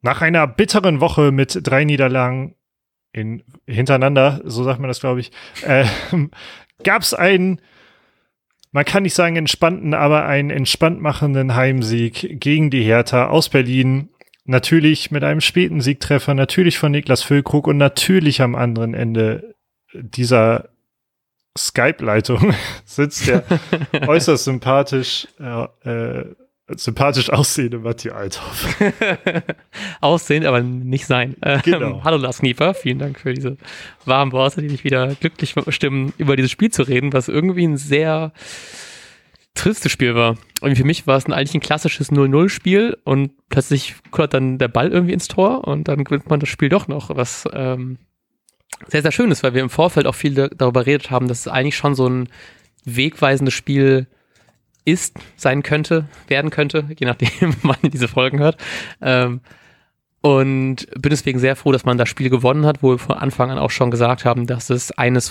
Nach einer bitteren Woche mit 3 Niederlagen hintereinander, so sagt man das, glaube ich, gab es einen, man kann nicht sagen entspannten, aber einen entspannt machenden Heimsieg gegen die Hertha aus Berlin. Natürlich mit einem späten Siegtreffer, natürlich von Niklas Füllkrug und natürlich am anderen Ende dieser Skype-Leitung sitzt der äußerst sympathisch aussehende Matti Althoff. Aussehen, aber nicht sein. Genau. Hallo Lars Knieper, vielen Dank für diese warmen Worte, die mich wieder glücklich stimmen, über dieses Spiel zu reden, was irgendwie ein sehr tristes Spiel war. Und für mich war es eigentlich ein klassisches 0-0-Spiel und plötzlich kullert dann der Ball irgendwie ins Tor und dann gewinnt man das Spiel doch noch, was sehr, sehr schön ist, weil wir im Vorfeld auch viel darüber geredet haben, dass es eigentlich schon so ein wegweisendes Spiel sein könnte, werden könnte, je nachdem, wann ihr diese Folgen hört. Und bin deswegen sehr froh, dass man das Spiel gewonnen hat, wo wir von Anfang an auch schon gesagt haben, dass es eines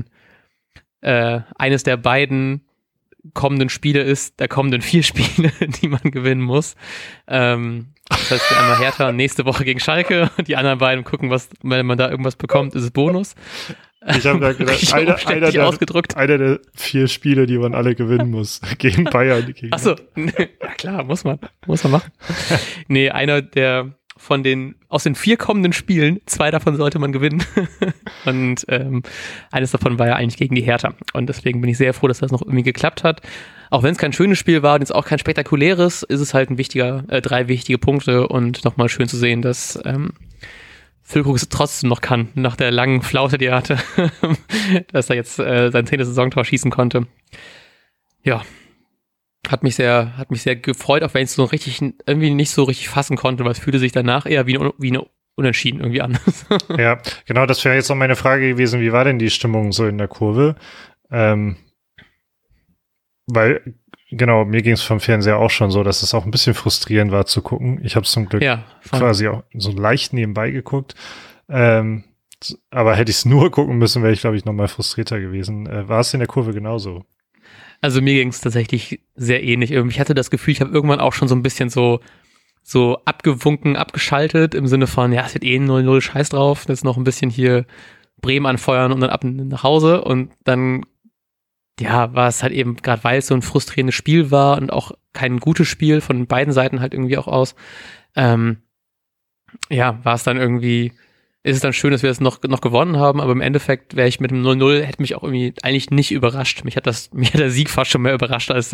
der beiden kommenden Spiele ist, der kommenden 4 Spiele, die man gewinnen muss. Das heißt, einmal Hertha nächste Woche gegen Schalke und die anderen beiden gucken, wenn man da irgendwas bekommt, ist es Bonus. Ich habe da gedacht, einer der 4 Spiele, die man alle gewinnen muss, gegen Bayern. Achso, ja klar, muss man machen. Nee, einer der aus den 4 kommenden Spielen, 2 davon sollte man gewinnen. Und eines davon war ja eigentlich gegen die Hertha. Und deswegen bin ich sehr froh, dass das noch irgendwie geklappt hat. Auch wenn es kein schönes Spiel war und jetzt auch kein spektakuläres, ist es halt 3 wichtige Punkte und nochmal schön zu sehen, dass Füllkrug es trotzdem noch kann, nach der langen Flaute, die er hatte, dass er jetzt sein 10. Saisontor schießen konnte. Ja, hat mich sehr gefreut, auch wenn ich es so irgendwie nicht so richtig fassen konnte, weil es fühlte sich danach eher wie eine Unentschieden irgendwie an. Ja, genau, das wäre jetzt noch meine Frage gewesen, wie war denn die Stimmung so in der Kurve? Weil, genau, mir ging es vom Fernseher auch schon so, dass es auch ein bisschen frustrierend war zu gucken. Ich habe es zum Glück quasi auch so leicht nebenbei geguckt. Aber hätte ich es nur gucken müssen, wäre ich, glaube ich, noch mal frustrierter gewesen. War es in der Kurve genauso? Also mir ging es tatsächlich sehr ähnlich. Ich hatte das Gefühl, ich habe irgendwann auch schon so ein bisschen so abgewunken, abgeschaltet, im Sinne von, ja, es wird 0-0, scheiß drauf, jetzt noch ein bisschen hier Bremen anfeuern und dann ab nach Hause und dann, ja, war es halt eben, gerade weil es so ein frustrierendes Spiel war und auch kein gutes Spiel von beiden Seiten halt irgendwie auch aus, war es dann irgendwie, ist es dann schön, dass wir es noch gewonnen haben, aber im Endeffekt wäre ich mit dem 0-0, hätte mich auch irgendwie eigentlich nicht überrascht. Mich hat der Sieg fast schon mehr überrascht als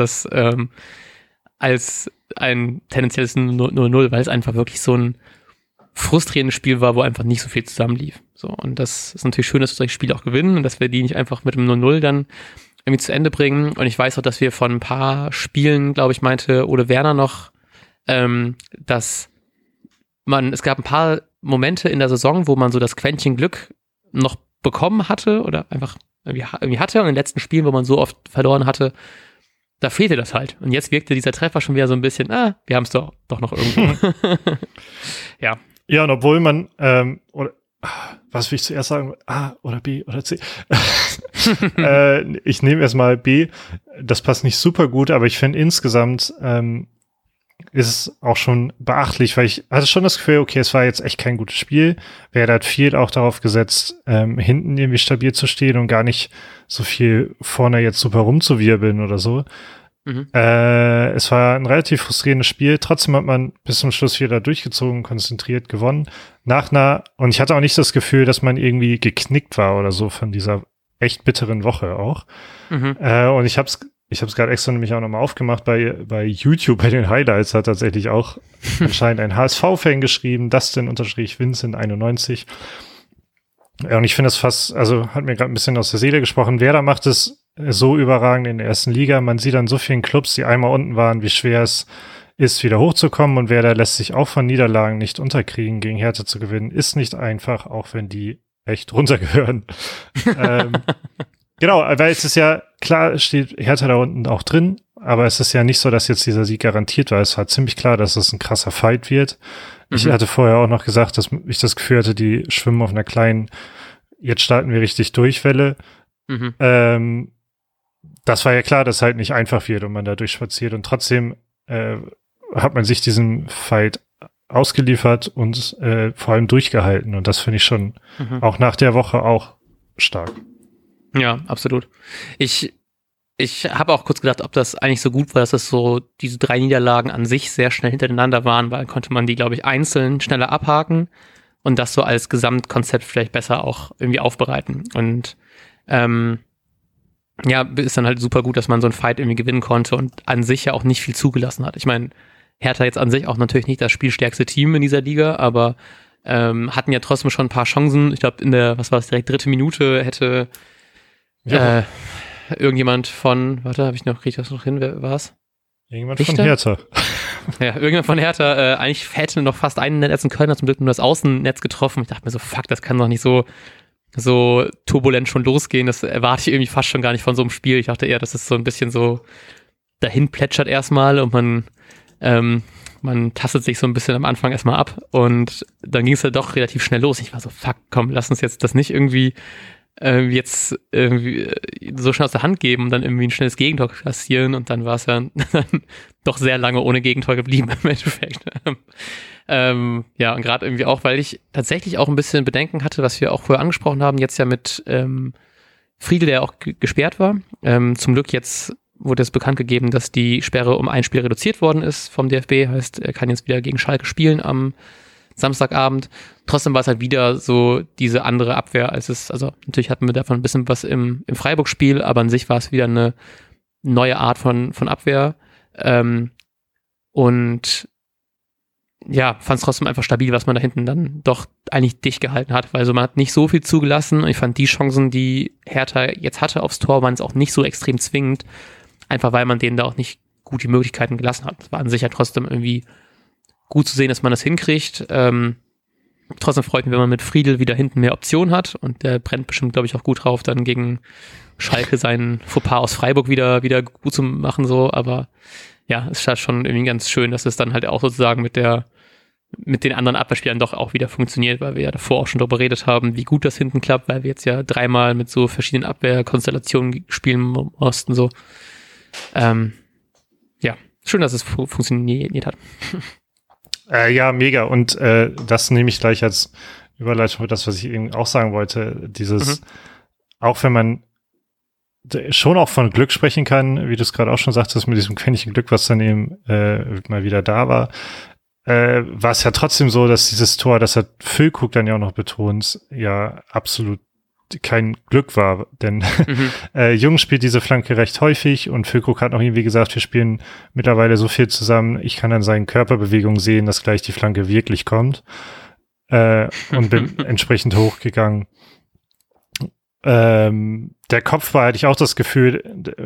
als ein tendenzielles 0-0, weil es einfach wirklich so ein frustrierendes Spiel war, wo einfach nicht so viel zusammenlief. So, und das ist natürlich schön, dass wir solche Spiele auch gewinnen und dass wir die nicht einfach mit dem 0-0 dann irgendwie zu Ende bringen. Und ich weiß auch, dass wir von ein paar Spielen, glaube ich, meinte Ole Werner noch, dass es gab ein paar Momente in der Saison, wo man so das Quäntchen Glück noch bekommen hatte oder einfach irgendwie hatte und in den letzten Spielen, wo man so oft verloren hatte, da fehlte das halt. Und jetzt wirkte dieser Treffer schon wieder so ein bisschen, wir haben es doch noch irgendwo. Ja. Ja, und obwohl man, was will ich zuerst sagen? A oder B oder C? Ich nehme erstmal B. Das passt nicht super gut, aber ich finde insgesamt ist es auch schon beachtlich, weil ich hatte schon das Gefühl, okay, es war jetzt echt kein gutes Spiel. Werder hat viel auch darauf gesetzt, hinten irgendwie stabil zu stehen und gar nicht so viel vorne jetzt super rumzuwirbeln oder so. Mhm. Es war ein relativ frustrierendes Spiel. Trotzdem hat man bis zum Schluss wieder durchgezogen, konzentriert gewonnen. Und ich hatte auch nicht das Gefühl, dass man irgendwie geknickt war oder so von dieser echt bitteren Woche auch. Mhm. Und ich hab's gerade extra nämlich auch nochmal aufgemacht bei YouTube, bei den Highlights hat tatsächlich auch anscheinend ein HSV-Fan geschrieben, Dustin-Vincent91. Ja, und ich finde das hat mir gerade ein bisschen aus der Seele gesprochen. Werder macht es so überragend in der ersten Liga. Man sieht an so vielen Clubs, die einmal unten waren, wie schwer es ist, wieder hochzukommen. Und Werder lässt sich auch von Niederlagen nicht unterkriegen. Gegen Hertha zu gewinnen ist nicht einfach, auch wenn die echt runtergehören. Genau, weil es ist ja, klar steht Hertha da unten auch drin, aber es ist ja nicht so, dass jetzt dieser Sieg garantiert war. Es war ziemlich klar, dass es ein krasser Fight wird. Mhm. Ich hatte vorher auch noch gesagt, dass ich das Gefühl hatte, die schwimmen auf einer kleinen, jetzt starten wir richtig durch Welle. Mhm. Das war ja klar, dass halt nicht einfach wird und man da durchspaziert und trotzdem hat man sich diesem Fight ausgeliefert und vor allem durchgehalten. Und das finde ich schon auch nach der Woche auch stark. Ja, absolut. Ich habe auch kurz gedacht, ob das eigentlich so gut war, dass das so diese 3 Niederlagen an sich sehr schnell hintereinander waren, weil dann konnte man die, glaube ich, einzeln schneller abhaken und das so als Gesamtkonzept vielleicht besser auch irgendwie aufbereiten. Und ja, ist dann halt super gut, dass man so einen Fight irgendwie gewinnen konnte und an sich ja auch nicht viel zugelassen hat. Ich meine, Hertha jetzt an sich auch natürlich nicht das spielstärkste Team in dieser Liga, aber hatten ja trotzdem schon ein paar Chancen. Ich glaube, in der, was war es, direkt 3. Minute hätte irgendjemand von, kriege ich das noch hin, wer war es? Irgendjemand Richter? Von Hertha. Ja, irgendjemand von Hertha, eigentlich hätte noch fast einen Netz in Köln, hat zum Glück nur das Außennetz getroffen. Ich dachte mir so, fuck, das kann doch nicht so turbulent schon losgehen. Das erwarte ich irgendwie fast schon gar nicht von so einem Spiel. Ich dachte eher, dass es so ein bisschen so dahin plätschert erstmal und man tastet sich so ein bisschen am Anfang erstmal ab und dann ging es ja doch relativ schnell los. Ich war so, fuck, komm, lass uns jetzt das nicht irgendwie jetzt irgendwie so schnell aus der Hand geben und dann irgendwie ein schnelles Gegentor kassieren und dann war es ja dann doch sehr lange ohne Gegentor geblieben im Endeffekt. Ja, und gerade irgendwie auch, weil ich tatsächlich auch ein bisschen Bedenken hatte, was wir auch vorher angesprochen haben, jetzt ja mit Friedl, der auch gesperrt war. Zum Glück jetzt wurde es bekannt gegeben, dass die Sperre um ein Spiel reduziert worden ist vom DFB, heißt, er kann jetzt wieder gegen Schalke spielen am Samstagabend. Trotzdem war es halt wieder so diese andere Abwehr, also natürlich hatten wir davon ein bisschen was im Freiburg-Spiel, aber an sich war es wieder eine neue Art von Abwehr. Und ja, fand es trotzdem einfach stabil, was man da hinten dann doch eigentlich dicht gehalten hat, weil also man hat nicht so viel zugelassen und ich fand die Chancen, die Hertha jetzt hatte aufs Tor, waren es auch nicht so extrem zwingend, einfach weil man denen da auch nicht gut die Möglichkeiten gelassen hat. Es war an sich ja trotzdem irgendwie gut zu sehen, dass man das hinkriegt. Trotzdem freut mich, wenn man mit Friedl wieder hinten mehr Optionen hat und der brennt bestimmt, glaube ich, auch gut drauf, dann gegen Schalke seinen Fauxpas aus Freiburg wieder gut zu machen, so, aber ja, es ist halt schon irgendwie ganz schön, dass es dann halt auch sozusagen mit den anderen Abwehrspielern doch auch wieder funktioniert, weil wir ja davor auch schon darüber geredet haben, wie gut das hinten klappt, weil wir jetzt ja 3-mal mit so verschiedenen Abwehrkonstellationen spielen mussten, so. Ja, schön, dass es funktioniert hat. Ja, mega. Und das nehme ich gleich als Überleitung für das, was ich eben auch sagen wollte. Dieses, auch wenn man schon auch von Glück sprechen kann, wie du es gerade auch schon sagtest, mit diesem quäntlichen Glück, was dann eben mal wieder da war, war es ja trotzdem so, dass dieses Tor, das hat Füllkrug dann ja auch noch betont, ja absolut kein Glück war, denn Jung spielt diese Flanke recht häufig und Füllkrug hat noch irgendwie gesagt, wir spielen mittlerweile so viel zusammen, ich kann an seinen Körperbewegungen sehen, dass gleich die Flanke wirklich kommt und bin entsprechend hochgegangen. Der Kopfball hatte ich auch das Gefühl,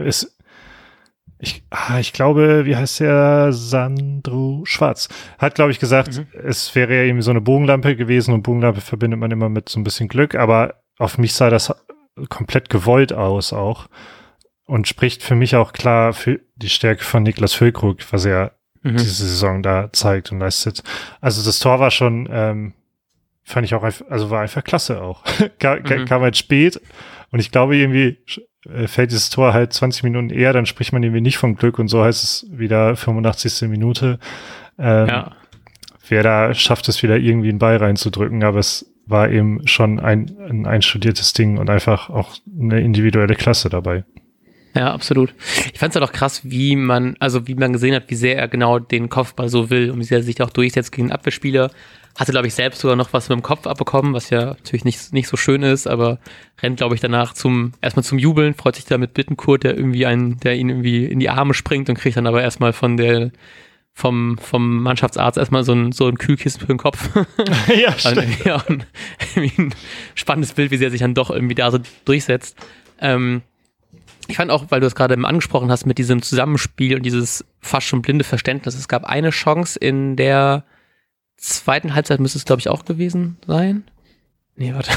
ich glaube, wie heißt der? Sandro Schwarz hat, glaube ich, gesagt, es wäre ja irgendwie so eine Bogenlampe gewesen und Bogenlampe verbindet man immer mit so ein bisschen Glück, aber auf mich sah das komplett gewollt aus auch und spricht für mich auch klar für die Stärke von Niklas Füllkrug, was er diese Saison da zeigt und leistet. Also das Tor war schon, fand ich auch war einfach klasse auch. Kam halt spät und ich glaube irgendwie fällt dieses Tor halt 20 Minuten eher, dann spricht man irgendwie nicht vom Glück und so heißt es wieder 85. Minute. Wer da schafft es wieder irgendwie einen Ball reinzudrücken, aber es war eben schon ein einstudiertes Ding und einfach auch eine individuelle Klasse dabei. Ja, absolut. Ich fand es halt auch krass, wie man gesehen hat, wie sehr er genau den Kopfball so will und wie sehr er sich auch durchsetzt gegen den Abwehrspieler. Hatte, glaube ich, selbst sogar noch was mit dem Kopf abbekommen, was ja natürlich nicht so schön ist, aber rennt, glaube ich, danach erstmal zum Jubeln, freut sich da mit Bittencourt, der ihn irgendwie in die Arme springt und kriegt dann aber erstmal vom Mannschaftsarzt erstmal so ein Kühlkissen für den Kopf. Ja, stimmt. Ja, und ein spannendes Bild, wie sehr er sich dann doch irgendwie da so durchsetzt. Ich fand auch, weil du es gerade angesprochen hast, mit diesem Zusammenspiel und dieses fast schon blinde Verständnis. Es gab eine Chance in der zweiten Halbzeit, müsste es, glaube ich, auch gewesen sein. Nee, warte.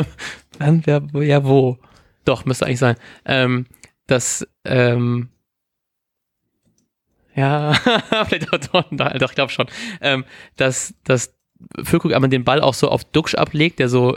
Wo? Doch, müsste eigentlich sein. Ja, vielleicht doch, ich glaube schon. Dass Füllkrug einmal den Ball auch so auf Duxch ablegt, der so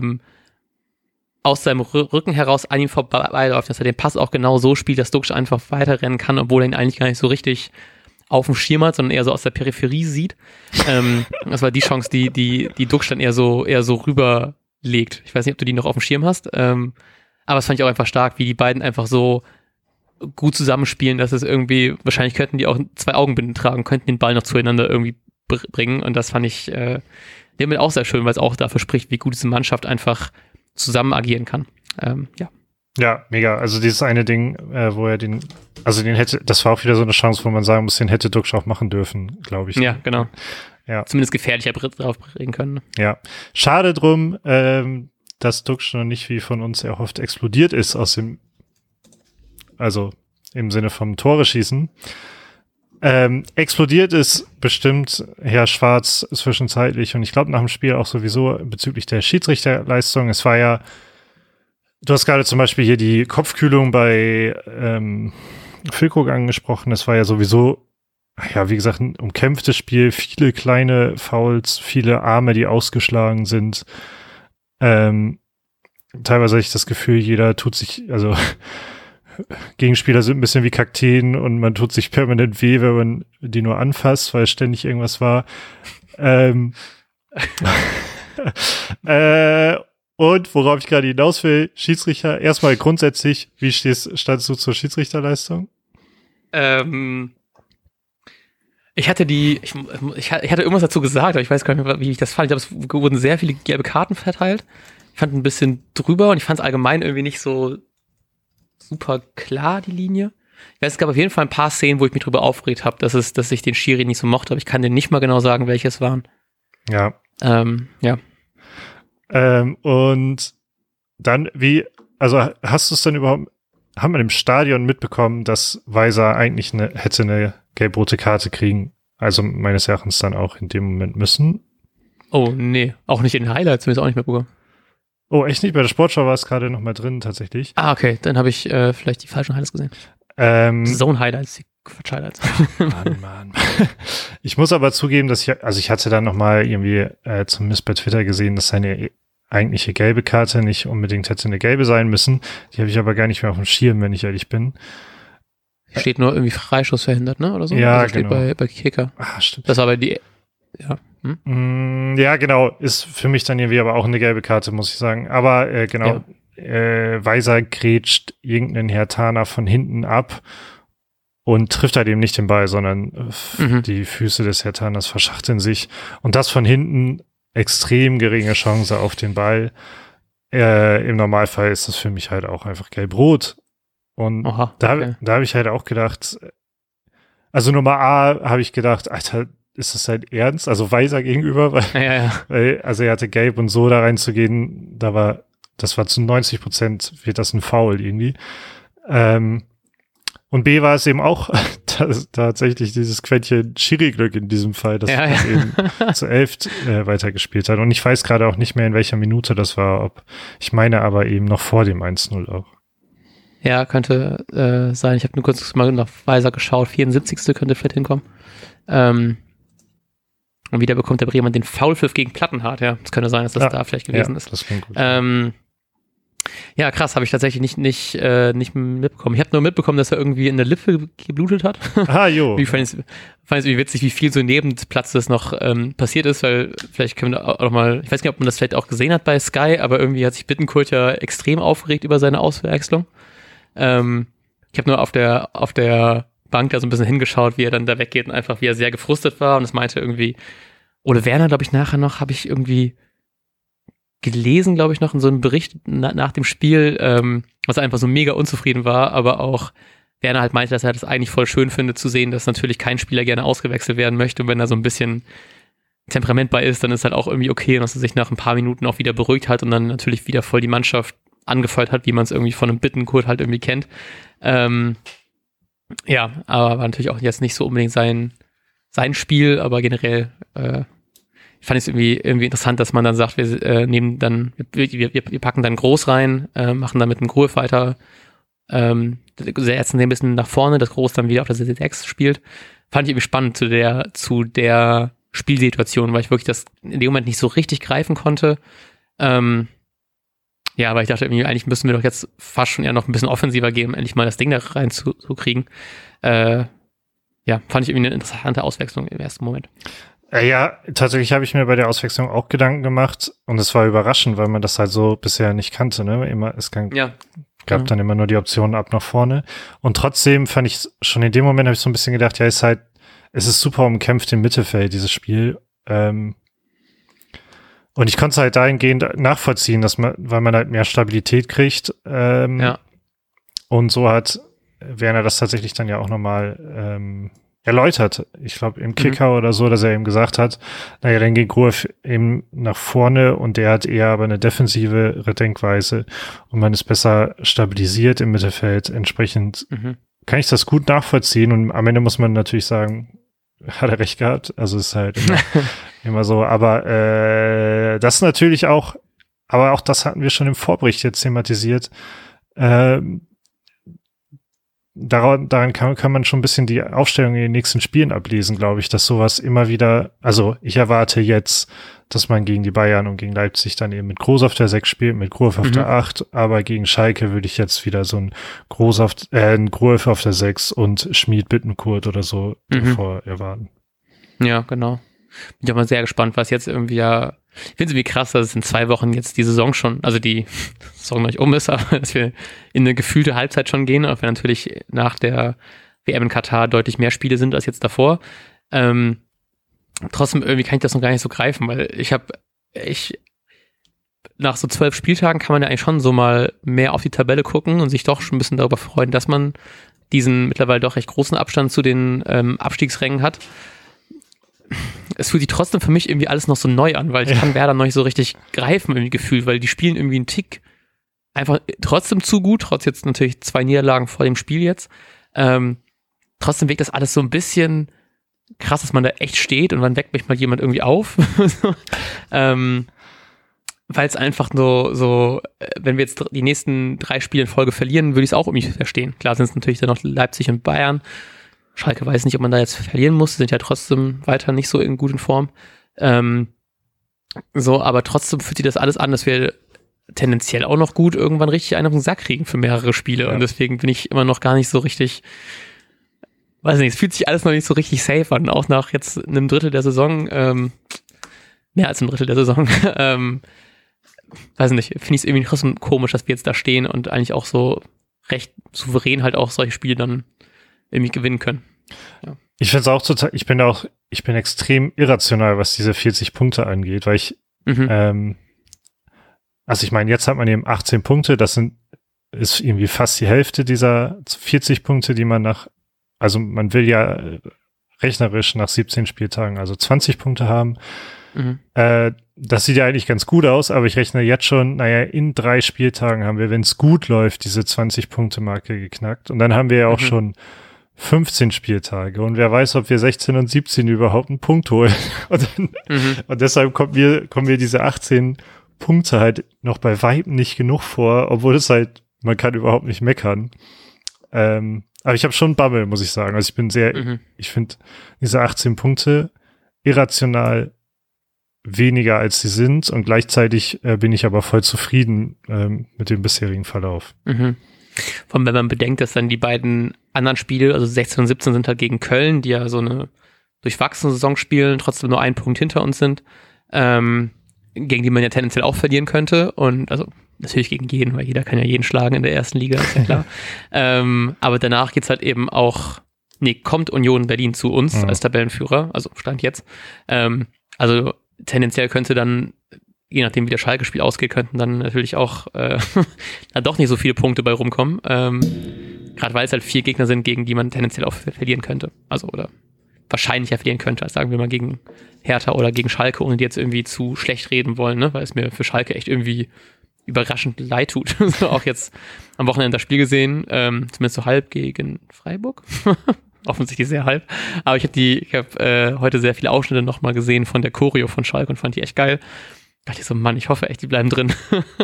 aus seinem Rücken heraus an ihm vorbeiläuft, dass er den Pass auch genau so spielt, dass Duxch einfach weiterrennen kann, obwohl er ihn eigentlich gar nicht so richtig auf dem Schirm hat, sondern eher so aus der Peripherie sieht. Das war die Chance, die Duxch dann eher so rüberlegt. Ich weiß nicht, ob du die noch auf dem Schirm hast, aber das fand ich auch einfach stark, wie die beiden einfach so gut zusammenspielen, dass es irgendwie, wahrscheinlich könnten die auch 2 Augenbinden tragen, könnten den Ball noch zueinander irgendwie bringen, und das fand ich damit auch sehr schön, weil es auch dafür spricht, wie gut diese Mannschaft einfach zusammen agieren kann. Ja. Ja, mega. Also dieses eine Ding, wo er den hätte, das war auch wieder so eine Chance, wo man sagen muss, den hätte Duxch auch machen dürfen, glaube ich. Ja, genau. Ja. Zumindest gefährlicher drauf bringen können. Ne? Ja. Schade drum, dass Duxch noch nicht wie von uns erhofft explodiert ist also im Sinne vom Tore schießen. Explodiert ist bestimmt Herr Schwarz zwischenzeitlich, und ich glaube nach dem Spiel auch sowieso bezüglich der Schiedsrichterleistung. Es war ja, du hast gerade zum Beispiel hier die Kopfkühlung bei Füllkrug angesprochen. Es war ja sowieso, ja, wie gesagt, ein umkämpftes Spiel, viele kleine Fouls, viele Arme, die ausgeschlagen sind. Teilweise habe ich das Gefühl, jeder tut sich, also Gegenspieler sind ein bisschen wie Kakteen und man tut sich permanent weh, wenn man die nur anfasst, weil ständig irgendwas war. Und worauf ich gerade hinaus will, Schiedsrichter, erstmal grundsätzlich, wie standst du zur Schiedsrichterleistung? Ich hatte irgendwas dazu gesagt, aber ich weiß gar nicht mehr, wie ich das fand. Ich glaube, es wurden sehr viele gelbe Karten verteilt. Ich fand ein bisschen drüber, und ich fand es allgemein irgendwie nicht so super klar, die Linie. Ich weiß, es gab auf jeden Fall ein paar Szenen, wo ich mich drüber aufgeregt habe, dass ich den Schiri nicht so mochte, aber ich kann dir nicht mal genau sagen, welche es waren. Ja. Ja. Und dann, hast du es dann überhaupt, haben wir im Stadion mitbekommen, dass Weiser eigentlich hätte eine gelb-rote Karte kriegen, also meines Erachtens dann auch in dem Moment müssen? Oh, nee, auch nicht in den Highlights, zumindest auch nicht mitbekommen. Oh, echt nicht? Bei der Sportschau war es gerade noch mal drin, tatsächlich. Ah, okay, dann habe ich vielleicht die falschen Highlights gesehen. Zone-Highlights, die Quatsch-Highlights. Mann. Ich muss aber zugeben, dass ich hatte dann noch mal irgendwie zumindest bei Twitter gesehen, dass seine eigentliche gelbe Karte nicht unbedingt hätte eine gelbe sein müssen. Die habe ich aber gar nicht mehr auf dem Schirm, wenn ich ehrlich bin. Steht nur irgendwie Freischuss verhindert, ne? Oder so? Ja, also steht genau. bei Kicker. Ah, stimmt. Das war aber die, ja. Ja, genau. Ist für mich dann irgendwie aber auch eine gelbe Karte, muss ich sagen. Aber genau, Weiser grätscht irgendeinen Hertaner von hinten ab und trifft halt eben nicht den Ball, sondern die Füße des Hertaners verschachteln sich. Und das von hinten, extrem geringe Chance auf den Ball. Im Normalfall ist das für mich halt auch einfach gelb-rot. Und da habe ich halt auch gedacht, also Nummer A habe ich gedacht, Alter, ist das halt ernst? Also Weiser gegenüber, weil also er hatte gelb und so da reinzugehen, das war zu 90% wird das ein Foul irgendwie. Und B war es eben auch tatsächlich dieses Quäntchen Schiri-Glück in diesem Fall, dass das eben zu 11 weitergespielt hat. Und ich weiß gerade auch nicht mehr, in welcher Minute das war, ich meine aber eben noch vor dem 1-0 auch. Ja, könnte sein. Ich habe nur kurz mal nach Weiser geschaut. 74. könnte vielleicht hinkommen. Und wieder bekommt der Bremer den Foulpfiff gegen Plattenhardt. Ja, es könnte sein, dass das da vielleicht gewesen ist. Das klingt gut. Ja, krass, habe ich tatsächlich nicht mitbekommen. Ich habe nur mitbekommen, dass er irgendwie in der Lippe geblutet hat. Ah, jo. Ich fand es irgendwie witzig, wie viel so neben des Platzes noch passiert ist, weil vielleicht können wir auch noch mal, ich weiß nicht, ob man das vielleicht auch gesehen hat bei Sky, aber irgendwie hat sich Bittencourt ja extrem aufgeregt über seine Auswechslung. Ich habe nur auf der Bank da so ein bisschen hingeschaut, wie er dann da weggeht und einfach, wie er sehr gefrustet war, und es meinte irgendwie, Ole Werner, glaube ich, nachher noch, habe ich irgendwie gelesen, glaube ich, noch in so einem Bericht nach dem Spiel, was er einfach so mega unzufrieden war, aber auch Werner halt meinte, dass er das eigentlich voll schön findet zu sehen, dass natürlich kein Spieler gerne ausgewechselt werden möchte, und wenn er so ein bisschen Temperament bei ist, dann ist halt auch irgendwie okay, und dass er sich nach ein paar Minuten auch wieder beruhigt hat und dann natürlich wieder voll die Mannschaft angefeuert hat, wie man es irgendwie von einem Bittencourt halt irgendwie kennt. Ja, aber war natürlich auch jetzt nicht so unbedingt sein Spiel, aber generell ich fand es irgendwie interessant, dass man dann sagt, wir nehmen dann, wir packen dann Groß rein, machen dann mit einem Großfighter, setzen den ein bisschen nach vorne, dass Groß dann wieder auf der 6 spielt. Fand ich irgendwie spannend zu der Spielsituation, weil ich wirklich das in dem Moment nicht so richtig greifen konnte. Ja, aber ich dachte irgendwie, eigentlich müssen wir doch jetzt fast schon eher noch ein bisschen offensiver gehen, um endlich mal das Ding da rein zu kriegen. ja, fand ich irgendwie eine interessante Auswechslung im ersten Moment. Ja, tatsächlich habe ich mir bei der Auswechslung auch Gedanken gemacht und es war überraschend, weil man das halt so bisher nicht kannte, ne? Gab dann immer nur die Optionen ab nach vorne. Und trotzdem fand ich schon in dem Moment, habe ich so ein bisschen gedacht, ja, es ist super umkämpft im Mittelfeld, dieses Spiel. Und ich konnte es halt dahingehend nachvollziehen, weil man halt mehr Stabilität kriegt. Und so hat Werner das tatsächlich dann ja auch nochmal erläutert. Ich glaube im Kicker oder so, dass er eben gesagt hat, naja, dann geht Gruev eben nach vorne und der hat eher aber eine defensivere Denkweise und man ist besser stabilisiert im Mittelfeld. Entsprechend kann ich das gut nachvollziehen und am Ende muss man natürlich sagen, hat er recht gehabt. Also ist halt immer so. Aber das natürlich auch, aber auch das hatten wir schon im Vorbericht jetzt thematisiert. Daran kann man schon ein bisschen die Aufstellung in den nächsten Spielen ablesen, glaube ich, dass sowas immer wieder, also ich erwarte jetzt, dass man gegen die Bayern und gegen Leipzig dann eben mit Groß auf der 6 spielt, mit Gruev auf der 8, aber gegen Schalke würde ich jetzt wieder so ein Gruev auf der 6 und Schmied Bittencourt oder so davor erwarten. Ja, genau. Bin ich auch mal sehr gespannt, was jetzt irgendwie ich finde es irgendwie krass, dass es in 2 Wochen jetzt die Saison schon, also die Saison noch nicht um ist, aber dass wir in eine gefühlte Halbzeit schon gehen, auch wenn natürlich nach der WM in Katar deutlich mehr Spiele sind als jetzt davor. Trotzdem irgendwie kann ich das noch gar nicht so greifen, weil nach so 12 Spieltagen kann man ja eigentlich schon so mal mehr auf die Tabelle gucken und sich doch schon ein bisschen darüber freuen, dass man diesen mittlerweile doch recht großen Abstand zu den Abstiegsrängen hat. Es fühlt sich trotzdem für mich irgendwie alles noch so neu an, weil ich kann Werder noch nicht so richtig greifen, irgendwie gefühlt, weil die spielen irgendwie einen Tick einfach trotzdem zu gut, trotz jetzt natürlich 2 Niederlagen vor dem Spiel jetzt. Trotzdem wirkt das alles so ein bisschen krass, dass man da echt steht und dann weckt mich mal jemand irgendwie auf. Weil es einfach so, wenn wir jetzt die nächsten 3 Spiele in Folge verlieren, würde ich es auch irgendwie verstehen. Klar sind es natürlich dann noch Leipzig und Bayern. Schalke weiß nicht, ob man da jetzt verlieren muss, sind ja trotzdem weiter nicht so in guten Form. Aber trotzdem fühlt sich das alles an, dass wir tendenziell auch noch gut irgendwann richtig einen auf den Sack kriegen für mehrere Spiele. Ja. Und deswegen bin ich immer noch gar nicht so richtig, weiß nicht, es fühlt sich alles noch nicht so richtig safe an, auch nach jetzt einem Drittel der Saison, mehr als einem Drittel der Saison, weiß nicht, finde ich es irgendwie trotzdem komisch, dass wir jetzt da stehen und eigentlich auch so recht souverän halt auch solche Spiele dann irgendwie gewinnen können. Ja. Ich finde es auch total, ich bin extrem irrational, was diese 40 Punkte angeht, weil ich, also ich meine, jetzt hat man eben 18 Punkte, ist irgendwie fast die Hälfte dieser 40 Punkte, die man also man will ja rechnerisch nach 17 Spieltagen also 20 Punkte haben. Das sieht ja eigentlich ganz gut aus, aber ich rechne jetzt schon, in 3 Spieltagen haben wir, wenn es gut läuft, diese 20-Punkte-Marke geknackt und dann haben wir ja auch schon 15 Spieltage und wer weiß, ob wir 16 und 17 überhaupt einen Punkt holen. Und deshalb kommen wir diese 18 Punkte halt noch bei Weitem nicht genug vor, obwohl es halt, man kann überhaupt nicht meckern. Aber ich habe schon Bammel, muss ich sagen. Also ich bin ich finde diese 18 Punkte irrational weniger als sie sind und gleichzeitig bin ich aber voll zufrieden mit dem bisherigen Verlauf. Vor allem, wenn man bedenkt, dass dann die beiden anderen Spiele, also 16 und 17 sind halt gegen Köln, die ja so eine durchwachsene Saison spielen, trotzdem nur 1 Punkt hinter uns sind, gegen die man ja tendenziell auch verlieren könnte und also natürlich gegen jeden, weil jeder kann ja jeden schlagen in der ersten Liga, ist ja klar. Aber danach geht's halt eben kommt Union Berlin zu uns als Tabellenführer, also Stand jetzt. Also tendenziell könnte dann, je nachdem wie der Schalke-Spiel ausgeht, könnten dann natürlich auch da doch nicht so viele Punkte bei rumkommen. Gerade weil es halt 4 Gegner sind, gegen die man tendenziell auch verlieren könnte. Also oder wahrscheinlicher verlieren könnte, als sagen wir mal gegen Hertha oder gegen Schalke, ohne die jetzt irgendwie zu schlecht reden wollen, ne? Weil es mir für Schalke echt irgendwie überraschend leid tut. Auch jetzt am Wochenende das Spiel gesehen, zumindest so halb gegen Freiburg. Offensichtlich sehr halb. Aber ich habe heute sehr viele Ausschnitte nochmal gesehen von der Choreo von Schalke und fand die echt geil. Da dachte ich so, Mann, ich hoffe echt, die bleiben drin.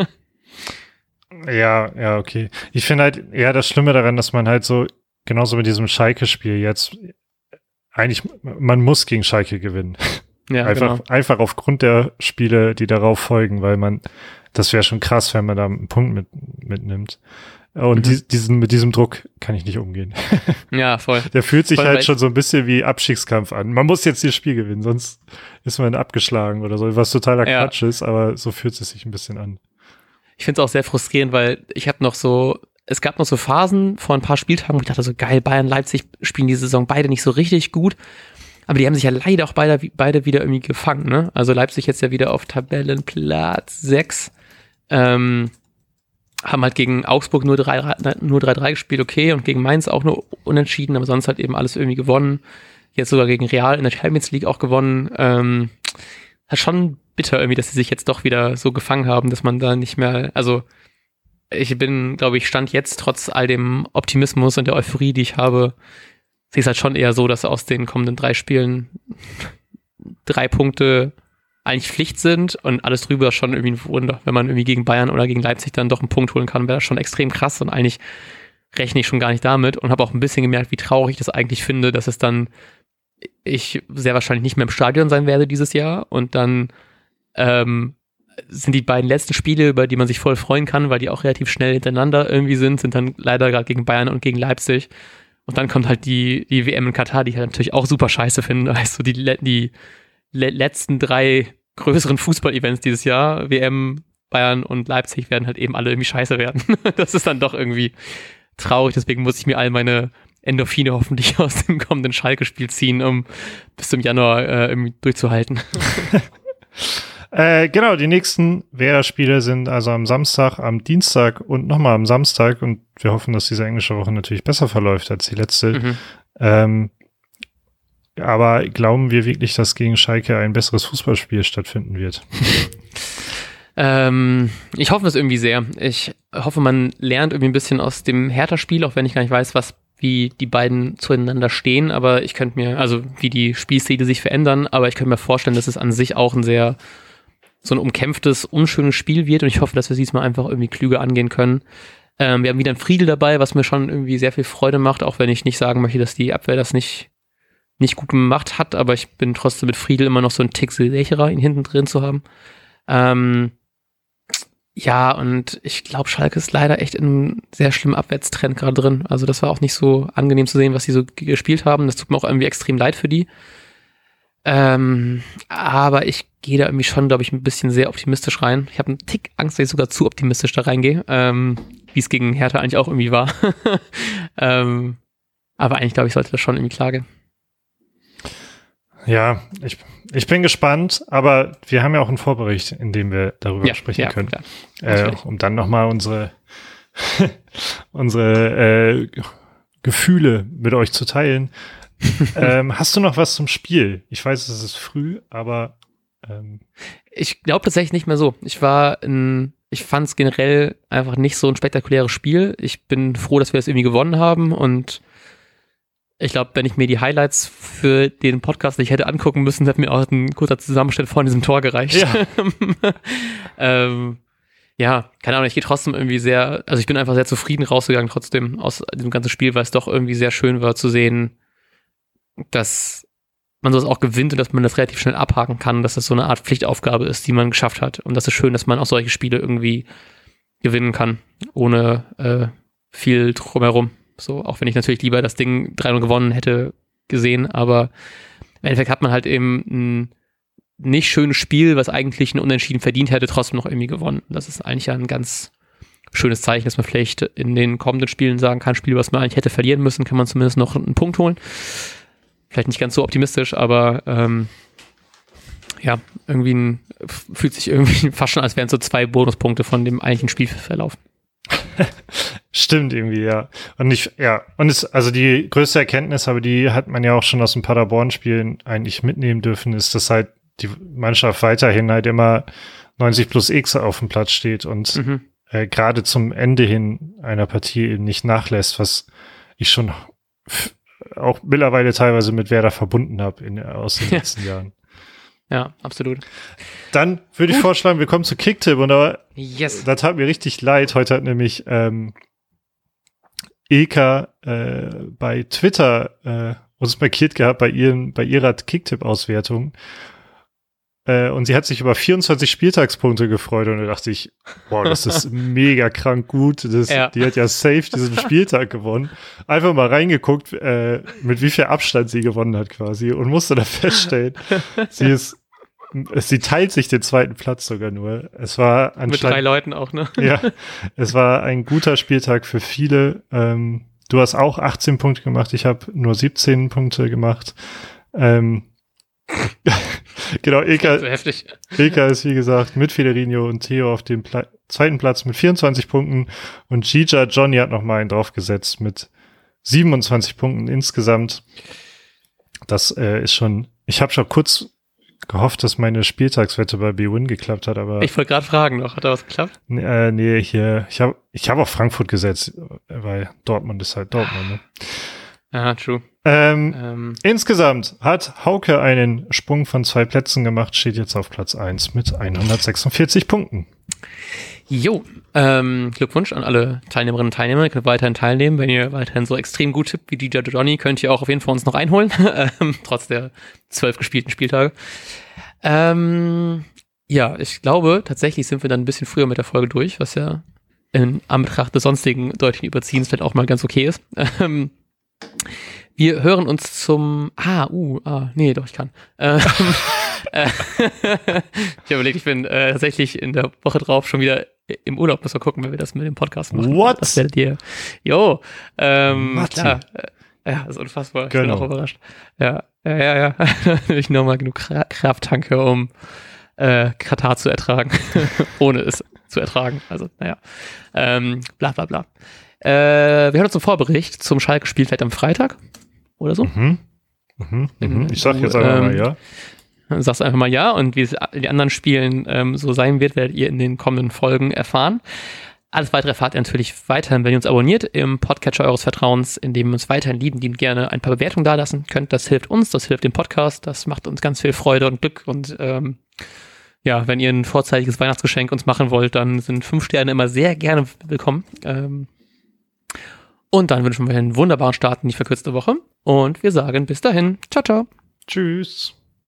Ja, okay. Ich finde halt eher das Schlimme daran, dass man halt so, genauso mit diesem Schalke-Spiel jetzt, eigentlich, man muss gegen Schalke gewinnen. Ja, einfach aufgrund der Spiele, die darauf folgen, weil das wäre schon krass, wenn man da einen Punkt mitnimmt. Und mit diesem Druck kann ich nicht umgehen. Ja, voll. Der fühlt sich halt schon so ein bisschen wie Abstiegskampf an. Man muss jetzt das Spiel gewinnen, sonst ist man abgeschlagen oder so, was totaler Quatsch ist, aber so fühlt es sich ein bisschen an. Ich finde es auch sehr frustrierend, weil es gab noch so Phasen vor ein paar Spieltagen, wo ich dachte so, geil, Bayern, Leipzig spielen die Saison beide nicht so richtig gut. Aber die haben sich ja leider auch beide wieder irgendwie gefangen, ne? Also Leipzig jetzt ja wieder auf Tabellenplatz 6. Haben halt gegen Augsburg nur 3-3 gespielt, okay, und gegen Mainz auch nur unentschieden, aber sonst halt eben alles irgendwie gewonnen. Jetzt sogar gegen Real in der Champions League auch gewonnen. Hat schon bitter irgendwie, dass sie sich jetzt doch wieder so gefangen haben, dass man da nicht mehr, also ich bin, glaube ich, Stand jetzt trotz all dem Optimismus und der Euphorie, die ich habe, sehe es halt schon eher so, dass aus den kommenden 3 Spielen 3 Punkte eigentlich Pflicht sind und alles drüber schon irgendwie ein Wunder. Wenn man irgendwie gegen Bayern oder gegen Leipzig dann doch einen Punkt holen kann, wäre das schon extrem krass und eigentlich rechne ich schon gar nicht damit und habe auch ein bisschen gemerkt, wie traurig ich das eigentlich finde, dass ich sehr wahrscheinlich nicht mehr im Stadion sein werde dieses Jahr und dann sind die beiden letzten Spiele, über die man sich voll freuen kann, weil die auch relativ schnell hintereinander irgendwie sind dann leider gerade gegen Bayern und gegen Leipzig. Und dann kommt halt die WM in Katar, die ich halt natürlich auch super scheiße finde. Also die letzten 3 größeren Fußball-Events dieses Jahr, WM, Bayern und Leipzig, werden halt eben alle irgendwie scheiße werden. Das ist dann doch irgendwie traurig. Deswegen muss ich mir all meine Endorphine hoffentlich aus dem kommenden Schalke-Spiel ziehen, um bis zum Januar irgendwie durchzuhalten. Genau, die nächsten Werder-Spiele sind also am Samstag, am Dienstag und nochmal am Samstag und wir hoffen, dass diese englische Woche natürlich besser verläuft als die letzte. Aber glauben wir wirklich, dass gegen Schalke ein besseres Fußballspiel stattfinden wird? Ich hoffe es irgendwie sehr. Ich hoffe, man lernt irgendwie ein bisschen aus dem Hertha-Spiel, auch wenn ich gar nicht weiß, wie die beiden zueinander stehen, aber ich könnte mir, also wie die Spielstile sich verändern, aber ich könnte mir vorstellen, dass es an sich auch so ein umkämpftes, unschönes Spiel wird und ich hoffe, dass wir es diesmal einfach irgendwie klüger angehen können. Wir haben wieder einen Friedel dabei, was mir schon irgendwie sehr viel Freude macht, auch wenn ich nicht sagen möchte, dass die Abwehr das nicht gut gemacht hat, aber ich bin trotzdem mit Friedel immer noch so ein Tick sicherer, ihn hinten drin zu haben. Ja, und ich glaube, Schalke ist leider echt in einem sehr schlimmen Abwärtstrend gerade drin. Also das war auch nicht so angenehm zu sehen, was sie so gespielt haben. Das tut mir auch irgendwie extrem leid für die. Aber ich gehe da irgendwie schon, glaube ich, ein bisschen sehr optimistisch rein. Ich habe einen Tick Angst, dass ich sogar zu optimistisch da reingehe, wie es gegen Hertha eigentlich auch irgendwie war. Aber eigentlich, glaube ich, sollte das schon irgendwie klar gehen. Ja, ich bin gespannt, aber wir haben ja auch einen Vorbericht, in dem wir darüber sprechen können. Um dann nochmal unsere Gefühle mit euch zu teilen. Hast du noch was zum Spiel? Ich weiß, es ist früh, aber ich glaube tatsächlich nicht mehr so. Ich fand es generell einfach nicht so ein spektakuläres Spiel. Ich bin froh, dass wir es irgendwie gewonnen haben und ich glaube, wenn ich mir die Highlights für den Podcast nicht hätte angucken müssen, hätte mir auch ein kurzer Zusammenschnitt von diesem Tor gereicht. Ja, keine Ahnung, ich gehe trotzdem irgendwie ich bin einfach sehr zufrieden rausgegangen trotzdem aus diesem ganzen Spiel, weil es doch irgendwie sehr schön war zu sehen, dass man sowas auch gewinnt und dass man das relativ schnell abhaken kann, dass das so eine Art Pflichtaufgabe ist, die man geschafft hat. Und das ist schön, dass man auch solche Spiele irgendwie gewinnen kann, ohne viel drumherum. So, auch wenn ich natürlich lieber das Ding 3-0 gewonnen hätte gesehen, aber im Endeffekt hat man halt eben ein nicht schönes Spiel, was eigentlich ein Unentschieden verdient hätte, trotzdem noch irgendwie gewonnen. Das ist eigentlich ja ein ganz schönes Zeichen, dass man vielleicht in den kommenden Spielen sagen kann, Spiel, was man eigentlich hätte verlieren müssen, kann man zumindest noch einen Punkt holen. Vielleicht nicht ganz so optimistisch, aber ja, irgendwie fühlt sich irgendwie fast schon, als wären so 2 Bonuspunkte von dem eigentlichen Spielverlauf. Stimmt irgendwie, ja. Also die größte Erkenntnis, aber die hat man ja auch schon aus den Paderborn-Spielen eigentlich mitnehmen dürfen, ist, dass halt die Mannschaft weiterhin halt immer 90 plus X auf dem Platz steht und gerade zum Ende hin einer Partie eben nicht nachlässt, was ich schon auch mittlerweile teilweise mit Werder verbunden habe aus den letzten Jahren. Ja, absolut. Dann würde ich vorschlagen, wir kommen zu Kicktipp und yes. Das tat mir richtig leid. Heute hat nämlich Ilka bei Twitter uns markiert gehabt bei ihrer Kicktipp-Auswertung. Und sie hat sich über 24 Spieltagspunkte gefreut und da dachte ich, boah, das ist mega krank gut. Die hat ja safe diesen Spieltag gewonnen. Einfach mal reingeguckt, mit wie viel Abstand sie gewonnen hat quasi und musste da feststellen, sie teilt sich den zweiten Platz sogar nur. Es war anscheinend mit 3 Leuten auch, ne? Ja, es war ein guter Spieltag für viele. Du hast auch 18 Punkte gemacht, ich habe nur 17 Punkte gemacht. Genau, Ilka ist wie gesagt mit Federinho und Theo auf dem zweiten Platz mit 24 Punkten und Gija Johnny hat noch mal einen draufgesetzt mit 27 Punkten insgesamt. Das ist schon, ich habe schon kurz gehofft, dass meine Spieltagswette bei BWin geklappt hat, aber ich wollte gerade fragen noch, hat da was geklappt? Nee, hier, ich hab auf Frankfurt gesetzt, weil Dortmund ist halt Dortmund, ne? Ja, true. Insgesamt hat Hauke einen Sprung von 2 Plätzen gemacht, steht jetzt auf Platz 1 mit 146 Punkten. Jo, Glückwunsch an alle Teilnehmerinnen und Teilnehmer. Ihr könnt weiterhin teilnehmen. Wenn ihr weiterhin so extrem gut tippt wie DJ Johnny, könnt ihr auch auf jeden Fall uns noch einholen, trotz der 12 gespielten Spieltage. Ja, ich glaube, tatsächlich sind wir dann ein bisschen früher mit der Folge durch, was ja in Anbetracht des sonstigen deutlichen Überziehens vielleicht auch mal ganz okay ist. Wir hören uns zum nee, doch, ich kann. Ich habe überlegt, ich bin tatsächlich in der Woche drauf schon wieder im Urlaub. Müssen wir gucken, wenn wir das mit dem Podcast machen. What? Das werdet ihr. Jo. Klar. Ja, das ist unfassbar. Genau. Ich bin auch überrascht. Ja. Ich nochmal genug Kraft tanke, um Katar zu ertragen, ohne es zu ertragen. Also, naja. Bla bla bla. Wir hören uns zum Vorbericht zum Schalke-Spiel vielleicht am Freitag oder so. Ich sag jetzt einfach mal ja. Sagst einfach mal ja, und wie es in den anderen Spielen so sein wird, werdet ihr in den kommenden Folgen erfahren. Alles weitere erfahrt ihr natürlich weiterhin, wenn ihr uns abonniert im Podcatcher eures Vertrauens, in dem wir uns weiterhin lieben, die gerne ein paar Bewertungen dalassen könnt. Das hilft uns, das hilft dem Podcast, das macht uns ganz viel Freude und Glück. Und ja, wenn ihr ein vorzeitiges Weihnachtsgeschenk uns machen wollt, dann sind 5 Sterne immer sehr gerne willkommen. Und dann wünschen wir einen wunderbaren Start in die verkürzte Woche. Und wir sagen bis dahin. Ciao, ciao. Tschüss.